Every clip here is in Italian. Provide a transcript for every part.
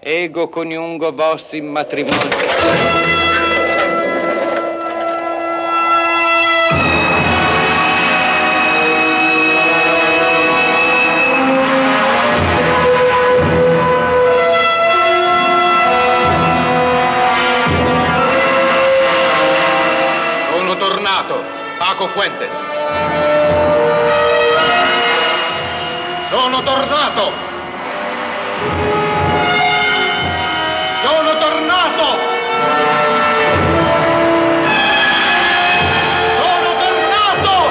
ego coniungo vos in matrimonio. Sono tornato, Paco Fuentes. Sono tornato! Sono tornato! Sono tornato!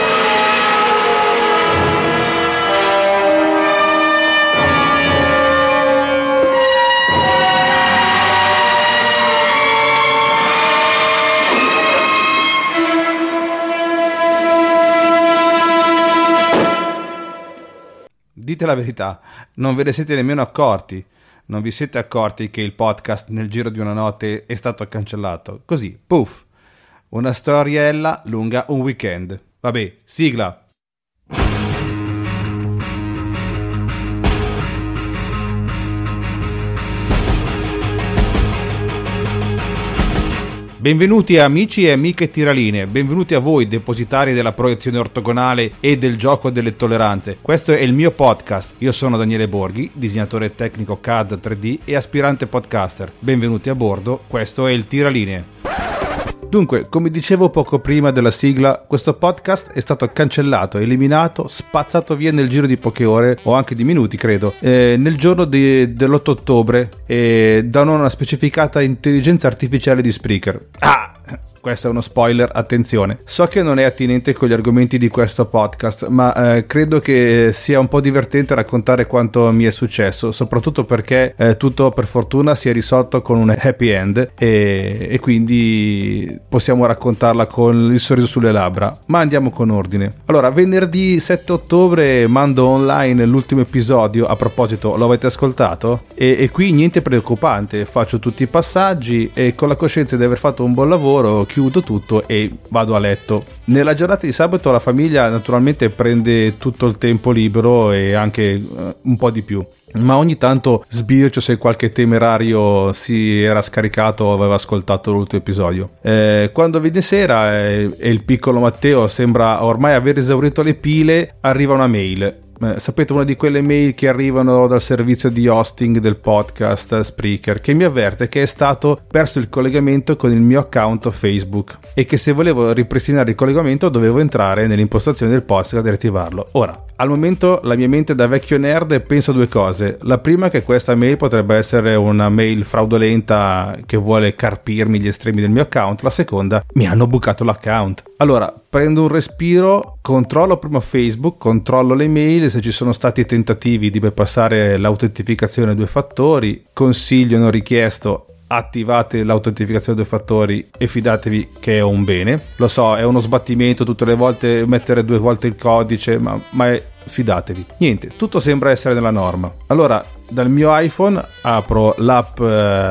Dite la verità, non ve ne siete nemmeno accorti. Non vi siete accorti che il podcast nel giro di una notte è stato cancellato? Così, puff, una storiella lunga un weekend. Vabbè, sigla! Benvenuti amici e amiche tiraline, benvenuti a voi depositari della proiezione ortogonale e del gioco delle tolleranze. Questo è il mio podcast, io sono Daniele Borghi, disegnatore tecnico CAD 3D e aspirante podcaster. Benvenuti a bordo, questo è il Tiralinee. Dunque, come dicevo poco prima della sigla, questo podcast è stato cancellato, eliminato, spazzato via nel giro di poche ore, o anche di minuti credo, nel giorno dell'8 ottobre, da una specificata intelligenza artificiale di Spreaker. Questo è uno spoiler, attenzione. So che non è attinente con gli argomenti di questo podcast, ma credo che sia un po' divertente raccontare quanto mi è successo, soprattutto perché tutto per fortuna si è risolto con un happy end e quindi possiamo raccontarla con il sorriso sulle labbra. Ma andiamo con ordine. Allora, venerdì 7 ottobre mando online l'ultimo episodio. A proposito, lo avete ascoltato? E qui niente preoccupante, faccio tutti i passaggi e con la coscienza di aver fatto un buon lavoro chiudo tutto e vado a letto. Nella giornata di sabato la famiglia naturalmente prende tutto il tempo libero e anche un po' di più, ma ogni tanto sbircio se qualche temerario si era scaricato o aveva ascoltato l'ultimo episodio. Quando vede sera e il piccolo Matteo sembra ormai aver esaurito le pile, arriva una mail. Sapete, una di quelle mail che arrivano dal servizio di hosting del podcast Spreaker, che mi avverte che è stato perso il collegamento con il mio account Facebook e che se volevo ripristinare il collegamento dovevo entrare nelle impostazioni del podcast e riattivarlo. Ora, al momento la mia mente da vecchio nerd pensa due cose. La prima, che questa mail potrebbe essere una mail fraudolenta che vuole carpirmi gli estremi del mio account. La seconda, mi hanno bucato l'account. Allora, prendo un respiro, controllo prima Facebook, controllo le mail, se ci sono stati tentativi di bypassare l'autentificazione a due fattori. Consiglio non richiesto: attivate l'autentificazione a due fattori e fidatevi che è un bene. Lo so, è uno sbattimento tutte le volte mettere due volte il codice, ma fidatevi. Niente, tutto sembra essere nella norma. Allora, dal mio iPhone apro l'app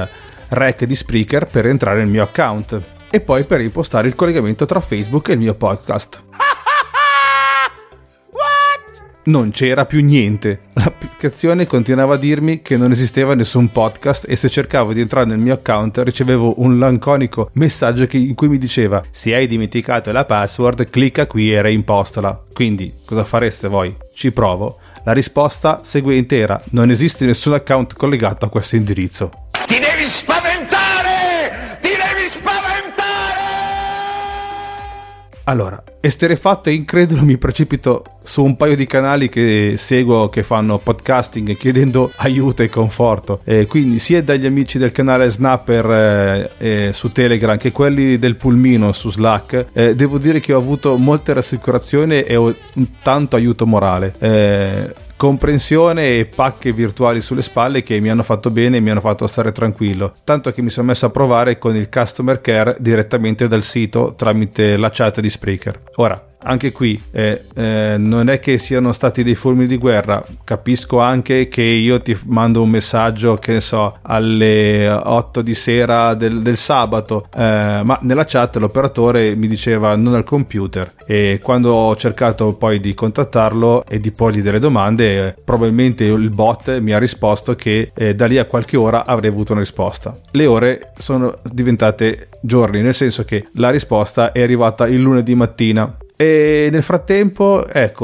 Rec di Spreaker per entrare nel mio account e poi per impostare il collegamento tra Facebook e il mio podcast. Non c'era più niente. L'applicazione continuava a dirmi che non esisteva nessun podcast e se cercavo di entrare nel mio account ricevevo un laconico messaggio in cui mi diceva: se hai dimenticato la password, clicca qui e reimpostala. Quindi cosa fareste voi? Ci provo. La risposta seguente era: non esiste nessun account collegato a questo indirizzo. Ti devi spaventare! Ti devi spaventare! Allora, esterrefatto e incredulo mi precipito su un paio di canali che seguo che fanno podcasting chiedendo aiuto e conforto, quindi sia dagli amici del canale Snapper su Telegram che quelli del Pulmino su Slack. Devo dire che ho avuto molte rassicurazioni e tanto aiuto morale, comprensione e pacche virtuali sulle spalle che mi hanno fatto bene e mi hanno fatto stare tranquillo, tanto che mi sono messo a provare con il customer care direttamente dal sito tramite la chat di Spreaker. Ora, Anche qui non è che siano stati dei fulmini di guerra, capisco anche che io ti mando un messaggio, che ne so, alle 8 di sera del sabato, ma nella chat l'operatore mi diceva non al computer, e quando ho cercato poi di contattarlo e di porgli delle domande, probabilmente il bot mi ha risposto che da lì a qualche ora avrei avuto una risposta. Le ore sono diventate giorni, nel senso che la risposta è arrivata il lunedì mattina. E nel frattempo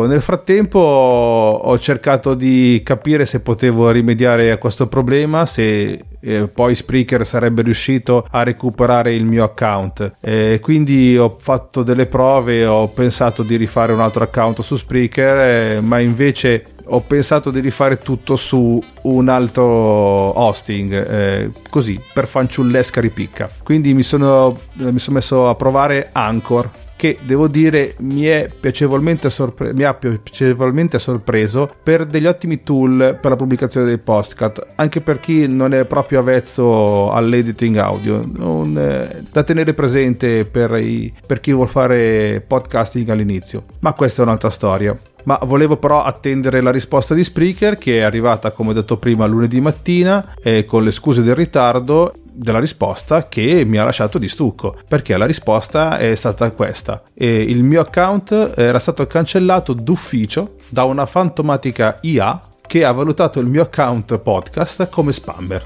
ho cercato di capire se potevo rimediare a questo problema, se poi Spreaker sarebbe riuscito a recuperare il mio account, quindi ho fatto delle prove, ho pensato di rifare un altro account su Spreaker, ma invece ho pensato di rifare tutto su un altro hosting, così per fanciullesca ripicca. Quindi mi sono messo a provare Anchor, che devo dire mi ha piacevolmente sorpreso per degli ottimi tool per la pubblicazione dei podcast, anche per chi non è proprio avvezzo all'editing audio, da tenere presente per chi vuol fare podcasting all'inizio. Ma questa è un'altra storia. Ma volevo però attendere la risposta di Spreaker, che è arrivata, come detto prima, lunedì mattina, con le scuse del ritardo della risposta, che mi ha lasciato di stucco, perché la risposta è stata questa: il mio account era stato cancellato d'ufficio da una fantomatica IA che ha valutato il mio account podcast come spammer.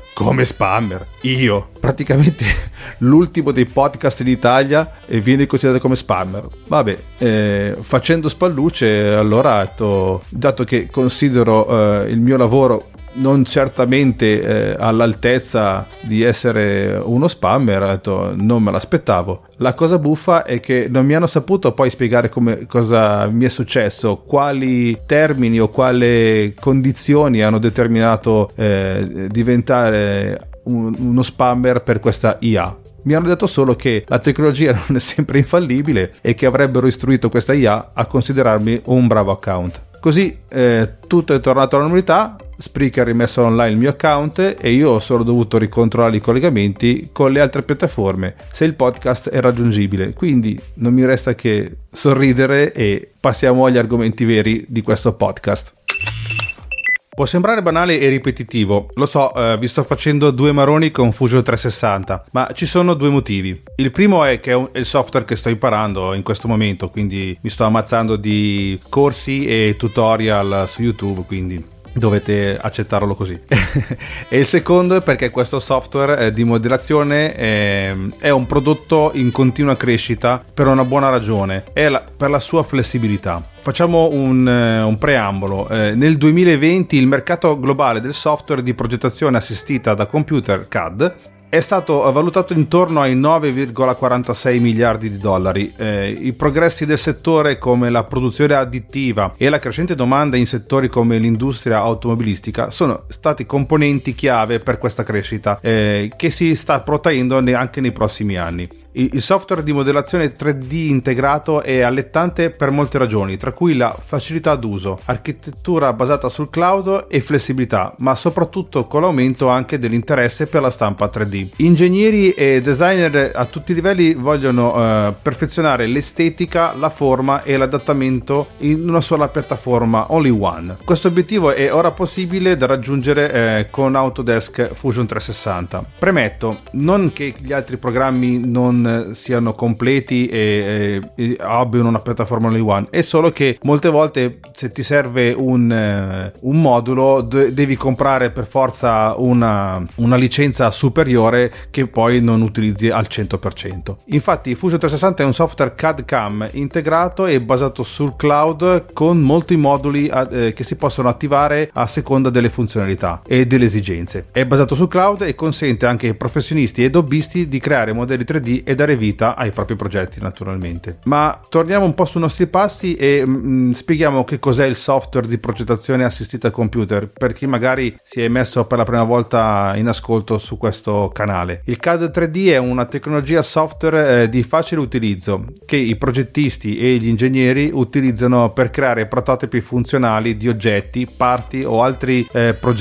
Io, praticamente l'ultimo dei podcast in Italia, e viene considerato come spammer. Vabbè, facendo spallucce, allora ho detto, dato che considero il mio lavoro non certamente all'altezza di essere uno spammer, ho detto, non me l'aspettavo. La cosa buffa è che non mi hanno saputo poi spiegare cosa mi è successo, quali termini o quali condizioni hanno determinato diventare uno spammer per questa IA. Mi hanno detto solo che la tecnologia non è sempre infallibile e che avrebbero istruito questa IA a considerarmi un bravo account. Così tutto è tornato alla normalità. Spreaker ha rimesso online il mio account e io ho solo dovuto ricontrollare i collegamenti con le altre piattaforme se il podcast è raggiungibile. Quindi non mi resta che sorridere e passiamo agli argomenti veri di questo podcast. Può sembrare banale e ripetitivo, lo so, vi sto facendo due maroni con Fusion 360, ma ci sono due motivi. Il primo è che è il software che sto imparando in questo momento, quindi mi sto ammazzando di corsi e tutorial su YouTube, quindi dovete accettarlo così. E il secondo è perché questo software di modellazione è un prodotto in continua crescita per una buona ragione, per la sua flessibilità. Facciamo un preambolo. Nel 2020 il mercato globale del software di progettazione assistita da computer CAD è stato valutato intorno ai 9,46 miliardi di dollari. I progressi del settore, come la produzione additiva e la crescente domanda in settori come l'industria automobilistica, sono stati componenti chiave per questa crescita che si sta protraendo anche nei prossimi anni. Il software di modellazione 3D integrato è allettante per molte ragioni, tra cui la facilità d'uso, architettura basata sul cloud e flessibilità, ma soprattutto con l'aumento anche dell'interesse per la stampa 3D. Ingegneri e designer a tutti i livelli vogliono perfezionare l'estetica, la forma e l'adattamento in una sola piattaforma, only one. Questo obiettivo è ora possibile da raggiungere con Autodesk Fusion 360. Premetto, non che gli altri programmi non siano completi e abbiano una piattaforma only one, è solo che molte volte se ti serve un modulo devi comprare per forza una licenza superiore che poi non utilizzi al 100%. Infatti Fusion 360 è un software CAD-CAM integrato e basato sul cloud, con molti moduli che si possono attivare a seconda delle funzionalità e delle esigenze. È basato sul cloud e consente anche ai professionisti ed hobbisti di creare modelli 3D e dare vita ai propri progetti, naturalmente. Ma torniamo un po' sui nostri passi e spieghiamo che cos'è il software di progettazione assistita al computer, per chi magari si è messo per la prima volta in ascolto su questo canale. Il CAD 3D è una tecnologia software di facile utilizzo che i progettisti e gli ingegneri utilizzano per creare prototipi funzionali di oggetti, parti o altri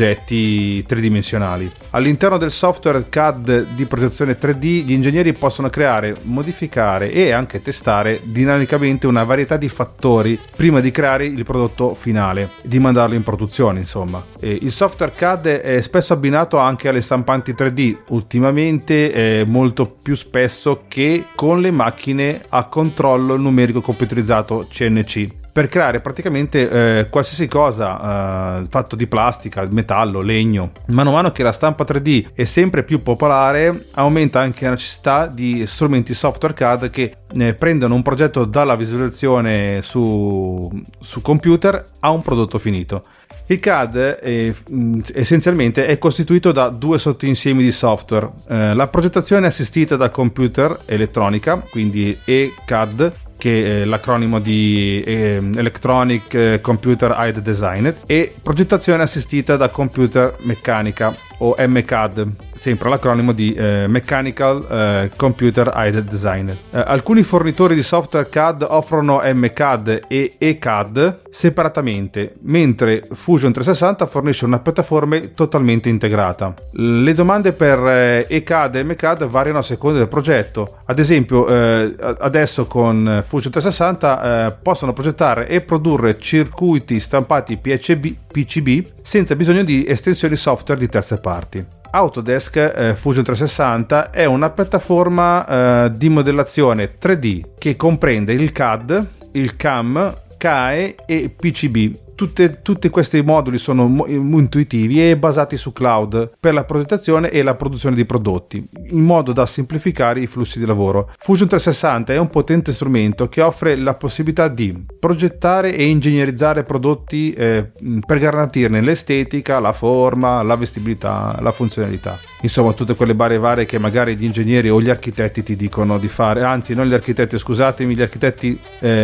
progetti tridimensionali. All'interno del software CAD di progettazione 3D gli ingegneri possono creare, modificare e anche testare dinamicamente una varietà di fattori prima di creare il prodotto finale, di mandarlo in produzione, insomma. Il software CAD è spesso abbinato anche alle stampanti 3D, ultimamente molto più spesso che con le macchine a controllo numerico computerizzato CNC, per creare praticamente qualsiasi cosa fatto di plastica, metallo, legno. Mano a mano che la stampa 3D è sempre più popolare, aumenta anche la necessità di strumenti software CAD che prendono un progetto dalla visualizzazione su computer a un prodotto finito. Il CAD essenzialmente è costituito da due sottoinsiemi di software: la progettazione assistita da computer elettronica, quindi ECAD, che è l'acronimo di Electronic Computer Aided Design, e progettazione assistita da computer meccanica, o MCAD, sempre l'acronimo di Mechanical Computer Aided Design. Alcuni fornitori di software CAD offrono MCAD e ECAD separatamente, mentre Fusion 360 fornisce una piattaforma totalmente integrata. Le domande per ECAD e MCAD variano a seconda del progetto. Ad esempio, adesso con Fusion 360 possono progettare e produrre circuiti stampati PCB senza bisogno di estensioni software di terze parti. Autodesk Fusion 360 è una piattaforma di modellazione 3D che comprende il CAD, il CAM, CAE e PCB. Tutti questi moduli sono intuitivi e basati su cloud per la progettazione e la produzione di prodotti, in modo da semplificare i flussi di lavoro. Fusion 360 è un potente strumento che offre la possibilità di progettare e ingegnerizzare prodotti per garantirne l'estetica, la forma, la vestibilità, la funzionalità. Insomma, tutte quelle varie che magari gli ingegneri o gli architetti ti dicono di fare, anzi non gli architetti, scusatemi, gli architetti,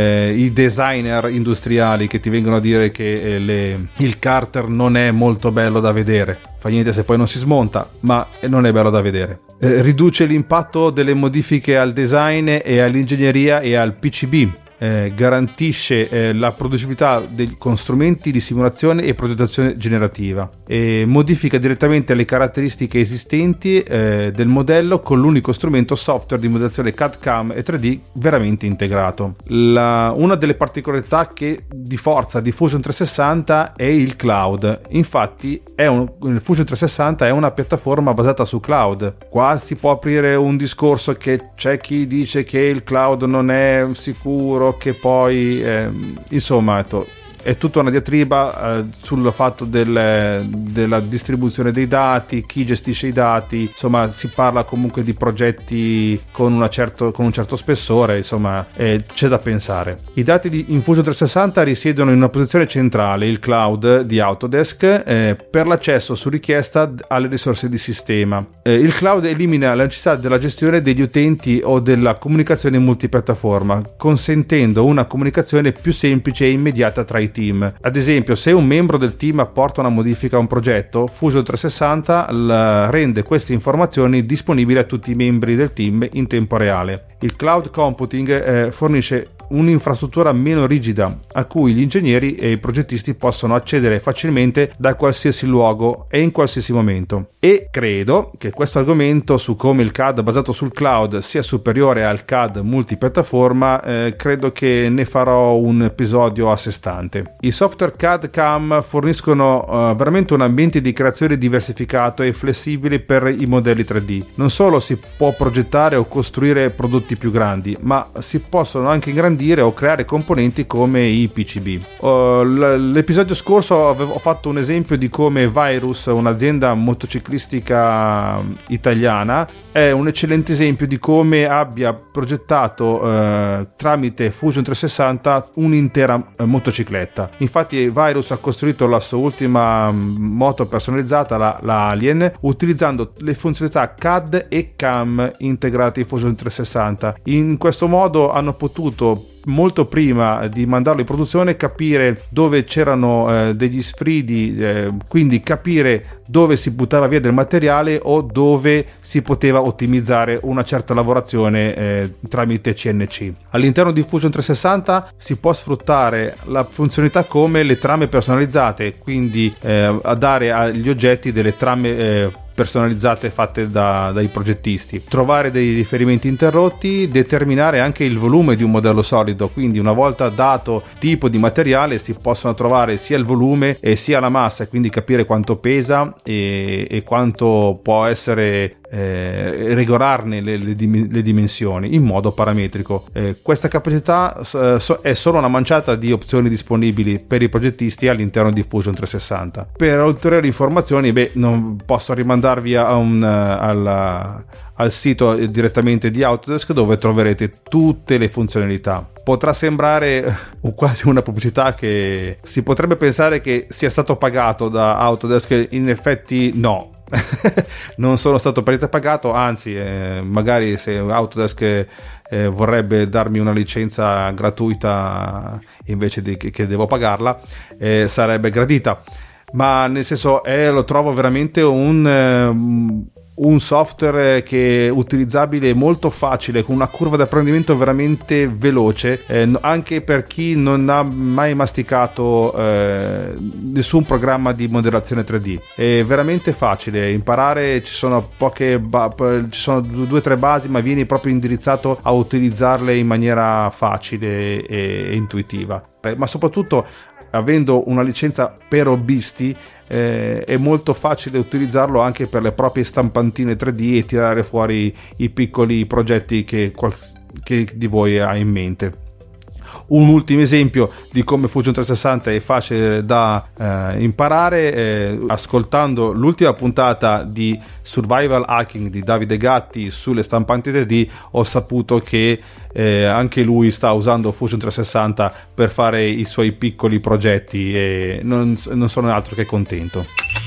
i designer industriali che ti vengono a dire che il carter non è molto bello da vedere. Fa niente se poi non si smonta, ma non è bello da vedere. Riduce l'impatto delle modifiche al design e all'ingegneria e al PCB. Garantisce la producibilità con strumenti di simulazione e progettazione generativa, e modifica direttamente le caratteristiche esistenti del modello con l'unico strumento software di modellazione CAD, CAM e 3D veramente integrato. Una delle particolarità di forza di Fusion 360 è il cloud. Infatti Fusion 360 è una piattaforma basata su cloud. Qua si può aprire un discorso che c'è chi dice che il cloud non è sicuro, che poi insomma è tutta una diatriba sul fatto della distribuzione dei dati, chi gestisce i dati. Insomma, si parla comunque di progetti con un certo spessore. Insomma, c'è da pensare. I dati in Fusion 360 risiedono in una posizione centrale, il cloud di Autodesk, per l'accesso su richiesta alle risorse di sistema. Il cloud elimina la necessità della gestione degli utenti o della comunicazione multipiattaforma, consentendo una comunicazione più semplice e immediata tra i team. Ad esempio, se un membro del team apporta una modifica a un progetto, Fusion 360 rende queste informazioni disponibili a tutti i membri del team in tempo reale. Il cloud computing fornisce un'infrastruttura meno rigida a cui gli ingegneri e i progettisti possono accedere facilmente da qualsiasi luogo e in qualsiasi momento. E credo che questo argomento su come il CAD basato sul cloud sia superiore al CAD multipiattaforma, credo che ne farò un episodio a sé stante. I software CAD CAM forniscono veramente un ambiente di creazione diversificato e flessibile per i modelli 3D. Non solo si può progettare o costruire prodotti più grandi, ma si possono anche ingrandire o creare componenti come i PCB. L'episodio scorso ho fatto un esempio di come Virus, un'azienda motociclistica italiana, è un eccellente esempio di come abbia progettato tramite Fusion 360 un'intera motocicletta. Infatti Virus ha costruito la sua ultima moto personalizzata, la Alien, utilizzando le funzionalità CAD e CAM integrate in Fusion 360. In questo modo hanno potuto, molto prima di mandarlo in produzione, capire dove c'erano degli sfridi, quindi capire dove si buttava via del materiale o dove si poteva ottimizzare una certa lavorazione tramite CNC. All'interno di Fusion 360 si può sfruttare la funzionalità come le trame personalizzate, quindi a dare agli oggetti delle trame personalizzate fatte dai progettisti, trovare dei riferimenti interrotti, determinare anche il volume di un modello solido, quindi una volta dato tipo di materiale si possono trovare sia il volume e sia la massa, e quindi capire quanto pesa e quanto può essere regolarne le dimensioni in modo parametrico. Questa capacità è solo una manciata di opzioni disponibili per i progettisti all'interno di Fusion 360. Per ulteriori informazioni non posso rimandarvi al sito direttamente di Autodesk, dove troverete tutte le funzionalità. Potrà sembrare quasi una pubblicità, che si potrebbe pensare che sia stato pagato da Autodesk, in effetti no. Non sono stato per pagato, anzi magari se Autodesk vorrebbe darmi una licenza gratuita invece che devo pagarla, sarebbe gradita, ma nel senso lo trovo veramente un software che è utilizzabile, molto facile, con una curva di apprendimento veramente veloce, anche per chi non ha mai masticato nessun programma di modellazione 3D. È veramente facile imparare, ci sono 2 o 3 basi, ma vieni proprio indirizzato a utilizzarle in maniera facile e intuitiva. Ma soprattutto, avendo una licenza per hobbisti, è molto facile utilizzarlo anche per le proprie stampantine 3D e tirare fuori i piccoli progetti che di voi ha in mente. Un ultimo esempio di come Fusion 360 è facile da imparare, ascoltando l'ultima puntata di Survival Hacking di Davide Gatti sulle stampanti 3D, ho saputo che anche lui sta usando Fusion 360 per fare i suoi piccoli progetti, e non sono altro che contento.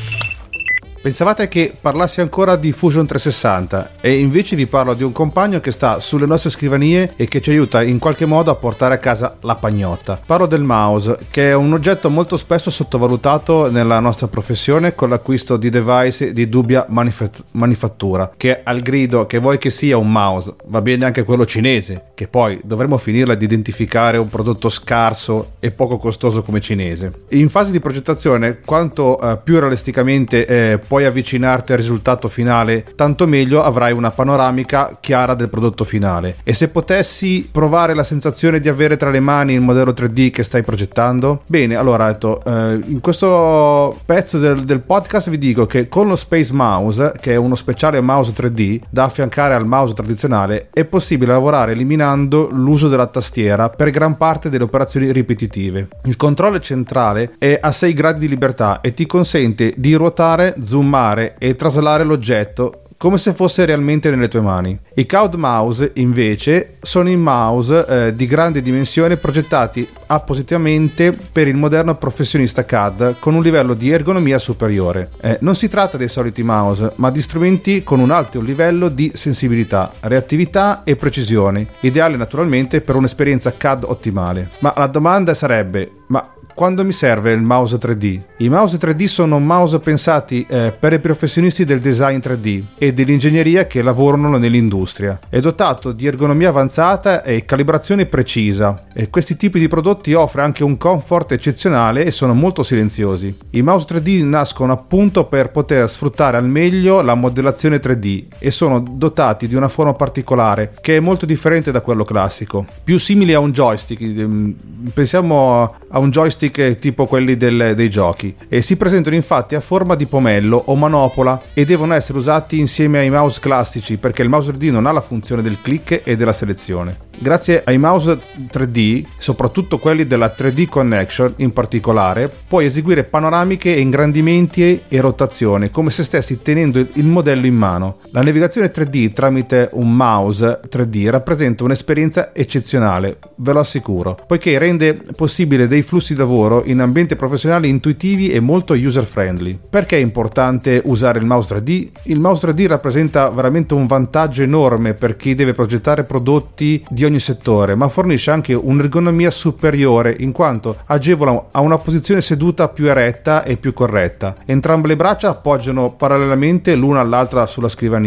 Pensavate che parlassi ancora di Fusion 360 e invece vi parlo di un compagno che sta sulle nostre scrivanie e che ci aiuta in qualche modo a portare a casa la pagnotta. Parlo del mouse, che è un oggetto molto spesso sottovalutato nella nostra professione, con l'acquisto di device di dubbia manifattura, che al grido che vuoi che sia un mouse, va bene anche quello cinese, che poi dovremmo finirla di identificare un prodotto scarso e poco costoso come cinese. In fase di progettazione, quanto più realisticamente puoi avvicinarti al risultato finale, tanto meglio avrai una panoramica chiara del prodotto finale. E se potessi provare la sensazione di avere tra le mani il modello 3D che stai progettando? Bene, allora in questo pezzo del podcast vi dico che con lo Space Mouse, che è uno speciale mouse 3D da affiancare al mouse tradizionale, è possibile lavorare eliminando l'uso della tastiera per gran parte delle operazioni ripetitive. Il controllo centrale è a 6 gradi di libertà e ti consente di ruotare, zoomare e traslare l'oggetto come se fosse realmente nelle tue mani. I CAD mouse invece sono i mouse di grande dimensione, progettati appositamente per il moderno professionista CAD, con un livello di ergonomia superiore. Non si tratta dei soliti mouse, ma di strumenti con un alto livello di sensibilità, reattività e precisione, ideale naturalmente per un'esperienza CAD ottimale. Ma la domanda sarebbe: ma quando mi serve il mouse 3D? I mouse 3D sono mouse pensati per i professionisti del design 3D e dell'ingegneria che lavorano nell'industria. È dotato di ergonomia avanzata e calibrazione precisa, e questi tipi di prodotti offre anche un comfort eccezionale e sono molto silenziosi. I mouse 3D nascono appunto per poter sfruttare al meglio la modellazione 3D e sono dotati di una forma particolare che è molto differente da quello classico, più simile a un joystick. Pensiamo a un joystick tipo quelli dei giochi, e si presentano infatti a forma di pomello o manopola e devono essere usati insieme ai mouse classici, perché il mouse 3D non ha la funzione del click e della selezione. Grazie ai mouse 3D, soprattutto quelli della 3D Connection in particolare, puoi eseguire panoramiche, ingrandimenti e rotazione come se stessi tenendo il modello in mano. La navigazione 3D tramite un mouse 3D rappresenta un'esperienza eccezionale, ve lo assicuro, poiché rende possibile dei flussi di lavoro in ambienti professionali intuitivi e molto user friendly. Perché è importante usare il mouse 3D? Il mouse 3D rappresenta veramente un vantaggio enorme per chi deve progettare prodotti di ogni settore, ma fornisce anche un'ergonomia superiore in quanto agevola a una posizione seduta più eretta e più corretta. Entrambe le braccia appoggiano parallelamente l'una all'altra sulla scrivania.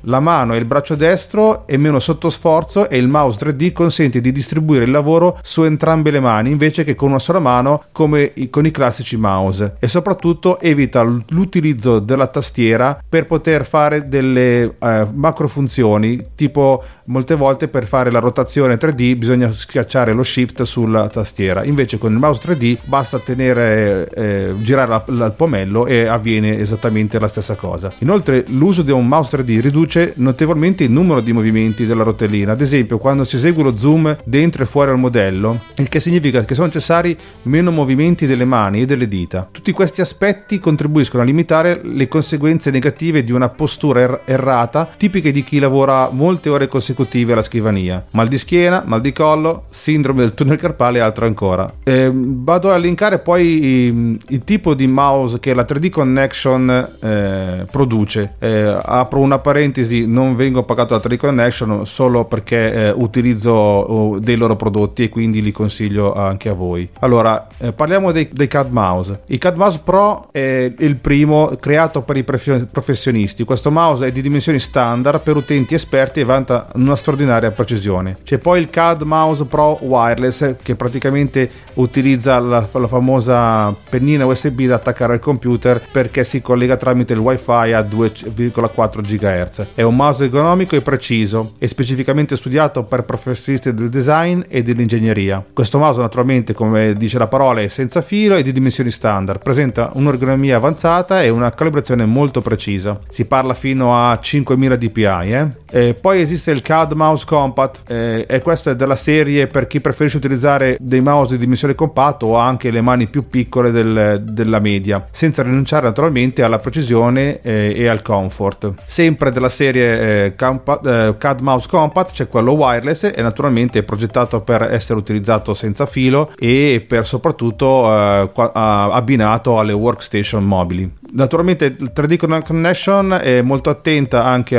La mano e il braccio destro è meno sotto sforzo e il mouse 3D consente di distribuire il lavoro su entrambe le mani invece che con una sola mano come con i classici mouse, e soprattutto evita l'utilizzo della tastiera per poter fare delle macro funzioni, tipo molte volte per fare la rotazione 3D bisogna schiacciare lo shift sulla tastiera, invece con il mouse 3D basta girare il pomello e avviene esattamente la stessa cosa. Inoltre l'uso di un mouse 3D riduce notevolmente il numero di movimenti della rotellina, ad esempio quando si esegue lo zoom dentro e fuori al modello, il che significa che sono necessari meno movimenti delle mani e delle dita. Tutti questi aspetti contribuiscono a limitare le conseguenze negative di una postura errata tipiche di chi lavora molte ore consecutive alla scrivania: mal di schiena, mal di collo, sindrome del tunnel carpale e altro ancora. Vado a linkare poi il tipo di mouse che la 3D Connection produce. Apro una parentesi: non vengo pagato da 3D Connection, solo perché utilizzo dei loro prodotti e quindi li consiglio anche a voi. Allora, parliamo dei CAD mouse. Il CAD Mouse Pro è il primo creato per i professionisti. Questo mouse è di dimensioni standard per utenti esperti e vanta una straordinaria precisione. C'è poi il CAD Mouse Pro Wireless, che praticamente utilizza la famosa pennina USB da attaccare al computer, perché si collega tramite il wifi a 2,4 GHz. È un mouse ergonomico e preciso e specificamente studiato per professionisti del design e dell'ingegneria. Questo mouse, naturalmente, come dice la parola, è senza filo e di dimensioni standard, presenta un'ergonomia avanzata e una calibrazione molto precisa. Si parla fino a 5000 dpi. Poi esiste il CAD Mouse Compact, e questo è della serie per chi preferisce utilizzare dei mouse di dimensione compatta o anche le mani più piccole della media, senza rinunciare naturalmente alla precisione e al comfort. Sempre della serie CAD Mouse Compact c'è quello wireless, e naturalmente è progettato per essere utilizzato senza filo e per soprattutto abbinato alle workstation mobili. Naturalmente il 3D Connection è molto attenta anche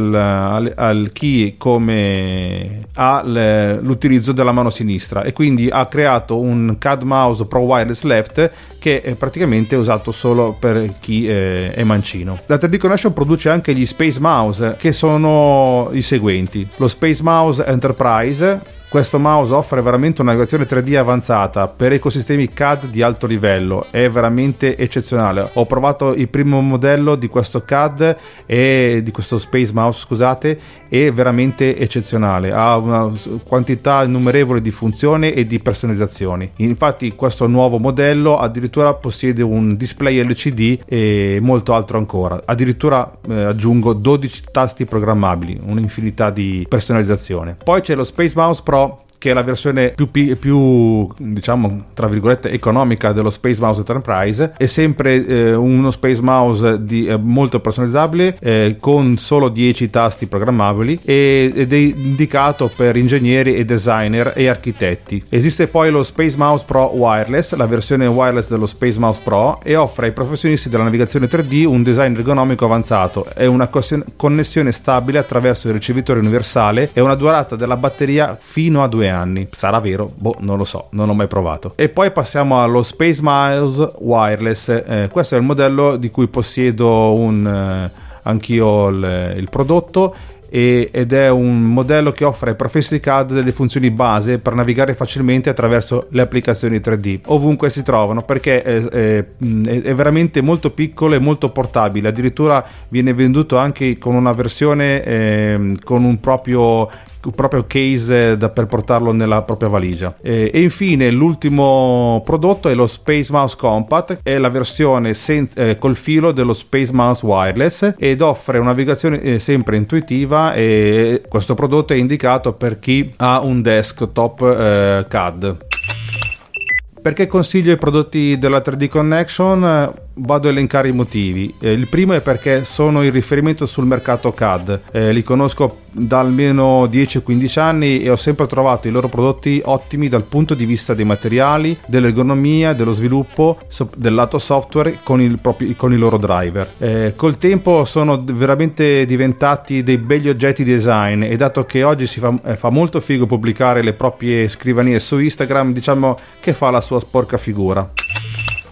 al chi come ha l'utilizzo della mano sinistra, e quindi ha creato un CAD Mouse Pro Wireless Left che è praticamente usato solo per chi è mancino. La 3D Connection produce anche gli Space Mouse, che sono i seguenti: lo Space Mouse Enterprise. Questo mouse offre veramente una navigazione 3D avanzata per ecosistemi CAD di alto livello, è veramente eccezionale. Ho provato il primo modello di questo CAD e di questo Space Mouse, scusate, è veramente eccezionale, ha una quantità innumerevole di funzioni e di personalizzazioni. Infatti questo nuovo modello addirittura possiede un display LCD e molto altro ancora, addirittura aggiungo 12 tasti programmabili, un'infinità di personalizzazione. Poi c'è lo Space Mouse Pro, che è la versione più diciamo tra virgolette economica dello Space Mouse Enterprise. È sempre uno Space Mouse molto personalizzabile, con solo 10 tasti programmabili, ed è indicato per ingegneri e designer e architetti. Esiste poi lo Space Mouse Pro Wireless, la versione wireless dello Space Mouse Pro, e offre ai professionisti della navigazione 3D un design ergonomico avanzato e una connessione stabile attraverso il ricevitore universale e una durata della batteria fino a 2 anni. Sarà vero? Non lo so, non ho mai provato. E poi passiamo allo Space Mouse Wireless. Questo è il modello di cui possiedo anch'io il prodotto, ed è un modello che offre ai professionisti CAD delle funzioni base per navigare facilmente attraverso le applicazioni 3D ovunque si trovano, perché è veramente molto piccolo e molto portabile. Addirittura viene venduto anche con una versione con un proprio case per portarlo nella propria valigia. E infine l'ultimo prodotto è lo Space Mouse Compact, è la versione col filo dello Space Mouse Wireless, ed offre una navigazione sempre intuitiva, e questo prodotto è indicato per chi ha un desktop CAD. Perché consiglio i prodotti della 3D Connection? Vado a elencare i motivi. Il primo è perché sono il riferimento sul mercato CAD, li conosco da almeno 10-15 anni e ho sempre trovato i loro prodotti ottimi dal punto di vista dei materiali, dell'ergonomia, dello sviluppo, del lato software con i loro driver. Col tempo sono veramente diventati dei begli oggetti di design, e dato che oggi si fa molto figo pubblicare le proprie scrivanie su Instagram, diciamo che fa la sua sporca figura.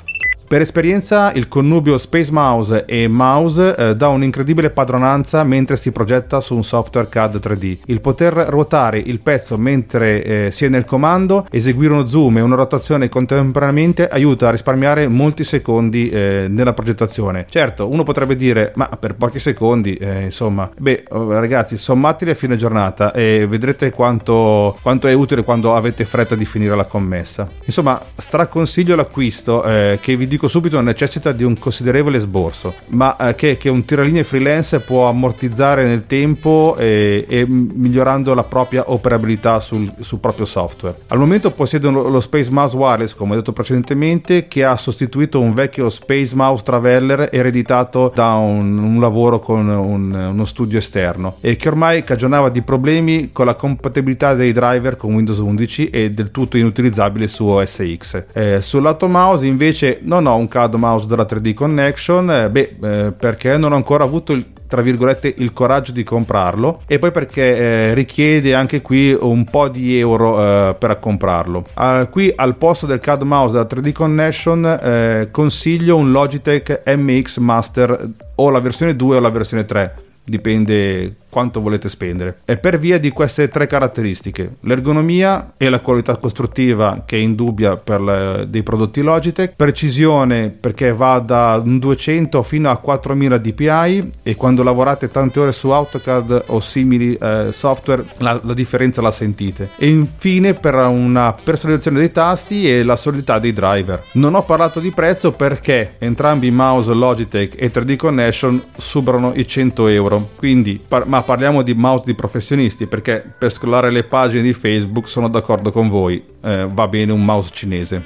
Per esperienza il connubio Space Mouse e mouse dà un'incredibile padronanza mentre si progetta su un software CAD 3D. Il poter ruotare il pezzo mentre si è nel comando, eseguire uno zoom e una rotazione contemporaneamente aiuta a risparmiare molti secondi nella progettazione. Certo, uno potrebbe dire, ma per pochi secondi, insomma, ragazzi, sommateli a fine giornata e vedrete quanto è utile quando avete fretta di finire la commessa. Insomma, straconsiglio l'acquisto, che vi dico subito necessita di un considerevole sborso, ma che un tiralinea freelance può ammortizzare nel tempo e migliorando la propria operabilità sul proprio software. Al momento possiedo lo Space Mouse Wireless, come detto precedentemente, che ha sostituito un vecchio Space Mouse Traveller ereditato da un lavoro con uno studio esterno e che ormai cagionava di problemi con la compatibilità dei driver con Windows 11 e del tutto inutilizzabile su OS X. Sul lato mouse invece non ho un CAD mouse della 3D Connection, perché non ho ancora avuto tra virgolette il coraggio di comprarlo, e poi perché richiede anche qui un po' di euro per comprarlo. Qui al posto del CAD mouse della 3D Connection consiglio un Logitech MX Master, o la versione 2 o la versione 3, dipende quanto volete spendere, e per via di queste tre caratteristiche: l'ergonomia e la qualità costruttiva, che è indubbia per dei prodotti Logitech, precisione perché va da un 200 fino a 4000 dpi, e quando lavorate tante ore su AutoCAD o simili software la differenza la sentite, e infine per una personalizzazione dei tasti e la solidità dei driver. Non ho parlato di prezzo perché entrambi i mouse Logitech e 3D Connection superano i 100 euro, quindi ma parliamo di mouse di professionisti, perché per scrollare le pagine di Facebook sono d'accordo con voi, va bene un mouse cinese.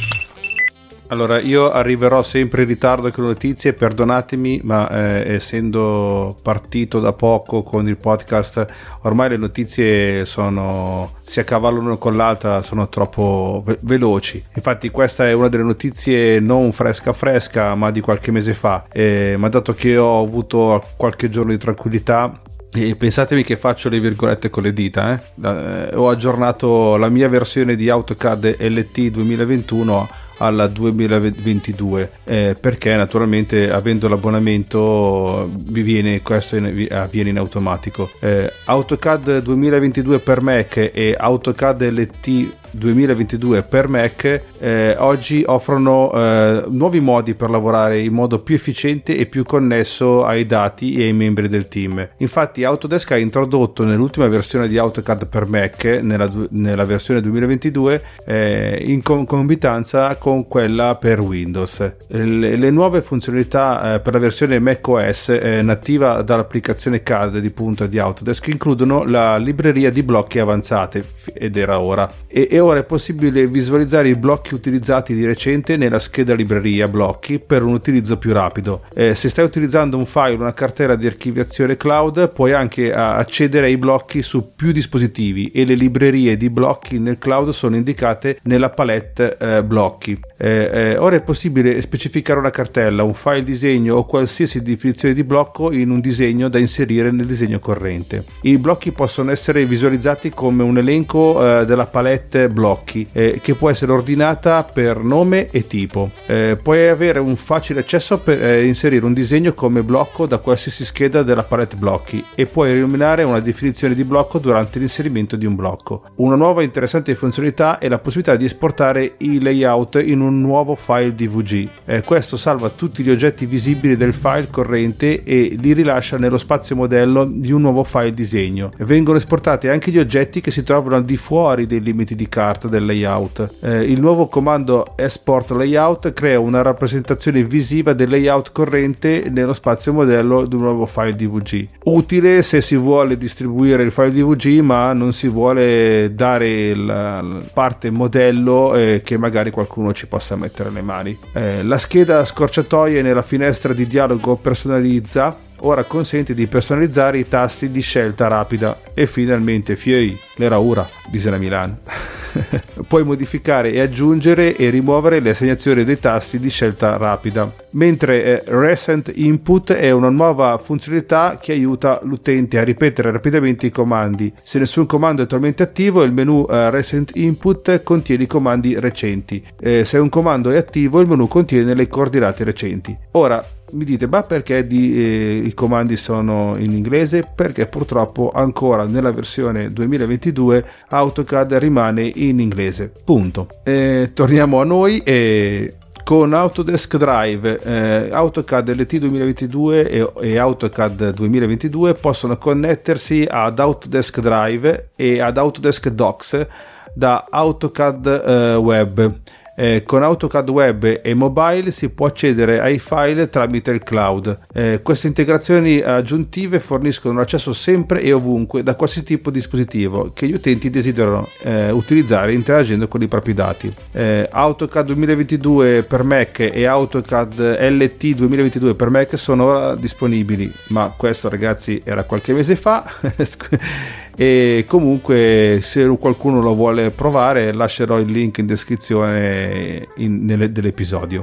Allora, io arriverò sempre in ritardo con le notizie, perdonatemi, ma essendo partito da poco con il podcast, ormai le notizie si accavallano con l'altra, sono troppo veloci. Infatti questa è una delle notizie non fresca, ma di qualche mese fa, ma dato che ho avuto qualche giorno di tranquillità, e pensatemi che faccio le virgolette con le dita, ho aggiornato la mia versione di AutoCAD LT 2021 alla 2022, perché naturalmente avendo l'abbonamento questo avviene in automatico. AutoCAD 2022 per Mac e AutoCAD LT 2022 per Mac oggi offrono nuovi modi per lavorare in modo più efficiente e più connesso ai dati e ai membri del team. Infatti Autodesk ha introdotto nell'ultima versione di AutoCAD per Mac, nella versione 2022, in concomitanza con quella per Windows, le nuove funzionalità per la versione macOS nativa dall'applicazione CAD di punta di Autodesk includono la libreria di blocchi avanzate, ed era ora, e ora è possibile visualizzare i blocchi utilizzati di recente nella scheda libreria blocchi per un utilizzo più rapido. Se stai utilizzando un file o una cartella di archiviazione cloud, puoi anche accedere ai blocchi su più dispositivi, e le librerie di blocchi nel cloud sono indicate nella palette blocchi. Ora è possibile specificare una cartella, un file disegno o qualsiasi definizione di blocco in un disegno da inserire nel disegno corrente. I blocchi possono essere visualizzati come un elenco della palette blocchi, che può essere ordinata per nome e tipo. Puoi avere un facile accesso per inserire un disegno come blocco da qualsiasi scheda della palette blocchi, e puoi illuminare una definizione di blocco durante l'inserimento di un blocco. Una nuova interessante funzionalità è la possibilità di esportare i layout in un nuovo file DVG. Questo salva tutti gli oggetti visibili del file corrente e li rilascia nello spazio modello di un nuovo file disegno. Vengono esportati anche gli oggetti che si trovano al di fuori dei limiti di carta del layout. Il nuovo comando export layout crea una rappresentazione visiva del layout corrente nello spazio modello di un nuovo file DVG. Utile se si vuole distribuire il file DVG ma non si vuole dare la parte modello, che magari qualcuno ci possa mettere le mani. La scheda scorciatoie nella finestra di dialogo personalizza ora consente di personalizzare i tasti di scelta rapida, e finalmente fiei l'era ora, dice la Milan. puoi modificare e aggiungere e rimuovere le assegnazioni dei tasti di scelta rapida, mentre Recent Input è una nuova funzionalità che aiuta l'utente a ripetere rapidamente i comandi. Se nessun comando è attualmente attivo, il menu Recent Input contiene i comandi recenti. Se un comando è attivo, il menu contiene le coordinate recenti. Ora mi dite, ma perché i comandi sono in inglese? Perché purtroppo ancora nella versione 2022 AutoCAD rimane in inglese, punto. Torniamo a noi con Autodesk Drive, AutoCAD LT 2022 e AutoCAD 2022 possono connettersi ad Autodesk Drive e ad Autodesk Docs da AutoCAD Web. Con AutoCAD Web e Mobile si può accedere ai file tramite il cloud. Queste integrazioni aggiuntive forniscono l'accesso sempre e ovunque da qualsiasi tipo di dispositivo che gli utenti desiderano utilizzare interagendo con i propri dati. AutoCAD 2022 per Mac e AutoCAD LT 2022 per Mac sono ora disponibili, ma questo, ragazzi, era qualche mese fa. E comunque, se qualcuno lo vuole provare, lascerò il link in descrizione dell'episodio.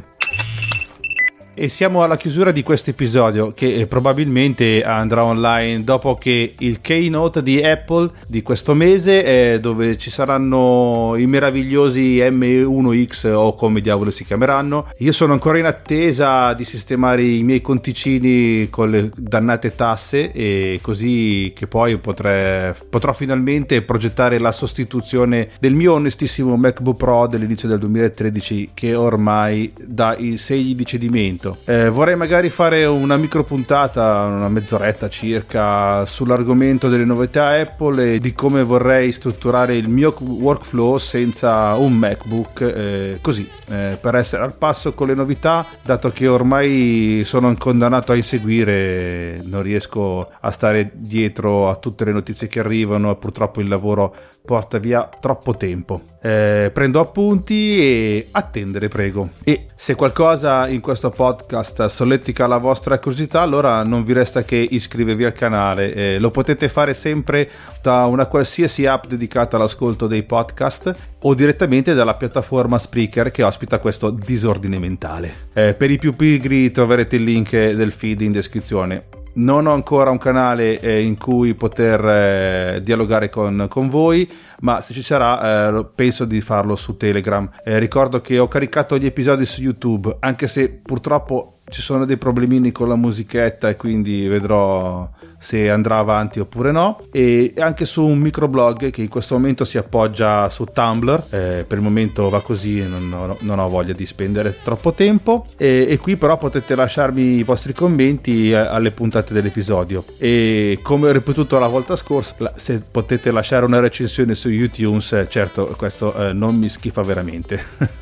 E siamo alla chiusura di questo episodio, che probabilmente andrà online dopo che il keynote di Apple di questo mese, dove ci saranno i meravigliosi M1X o come diavolo si chiameranno. Io sono ancora in attesa di sistemare i miei conticini con le dannate tasse, e così che poi potrò finalmente progettare la sostituzione del mio onestissimo MacBook Pro dell'inizio del 2013, che ormai dà i segni di cedimento. Vorrei magari fare una micro puntata, una mezz'oretta circa, sull'argomento delle novità Apple e di come vorrei strutturare il mio workflow senza un MacBook, così per essere al passo con le novità, dato che ormai sono condannato a inseguire, non riesco a stare dietro a tutte le notizie che arrivano e purtroppo il lavoro porta via troppo tempo. Prendo appunti e attendere, prego. E se qualcosa in questo podcast solletica la vostra curiosità, allora non vi resta che iscrivervi al canale. Lo potete fare sempre da una qualsiasi app dedicata all'ascolto dei podcast o direttamente dalla piattaforma Spreaker che ospita questo disordine mentale. Per i più pigri troverete il link del feed in descrizione. Non ho ancora un canale in cui poter dialogare con voi, ma se ci sarà penso di farlo su Telegram. Ricordo che ho caricato gli episodi su YouTube, anche se purtroppo ci sono dei problemini con la musichetta e quindi vedrò se andrà avanti oppure no, e anche su un microblog che in questo momento si appoggia su Tumblr. Per il momento va così, non ho voglia di spendere troppo tempo, e qui però potete lasciarmi i vostri commenti alle puntate dell'episodio, e come ho ripetuto la volta scorsa, se potete lasciare una recensione su iTunes, certo, questo non mi schifa veramente.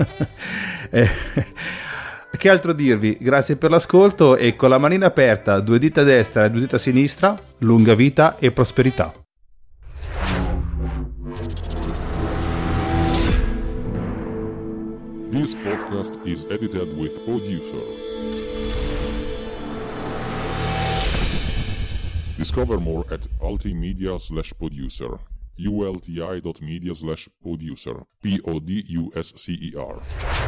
Che altro dirvi? Grazie per l'ascolto, e con la manina aperta, 2 dita a destra e 2 dita a sinistra, lunga vita e prosperità. This podcast is edited with Producer. Discover more at ultimedia/producer. ulti.media/producer. PODUSCER.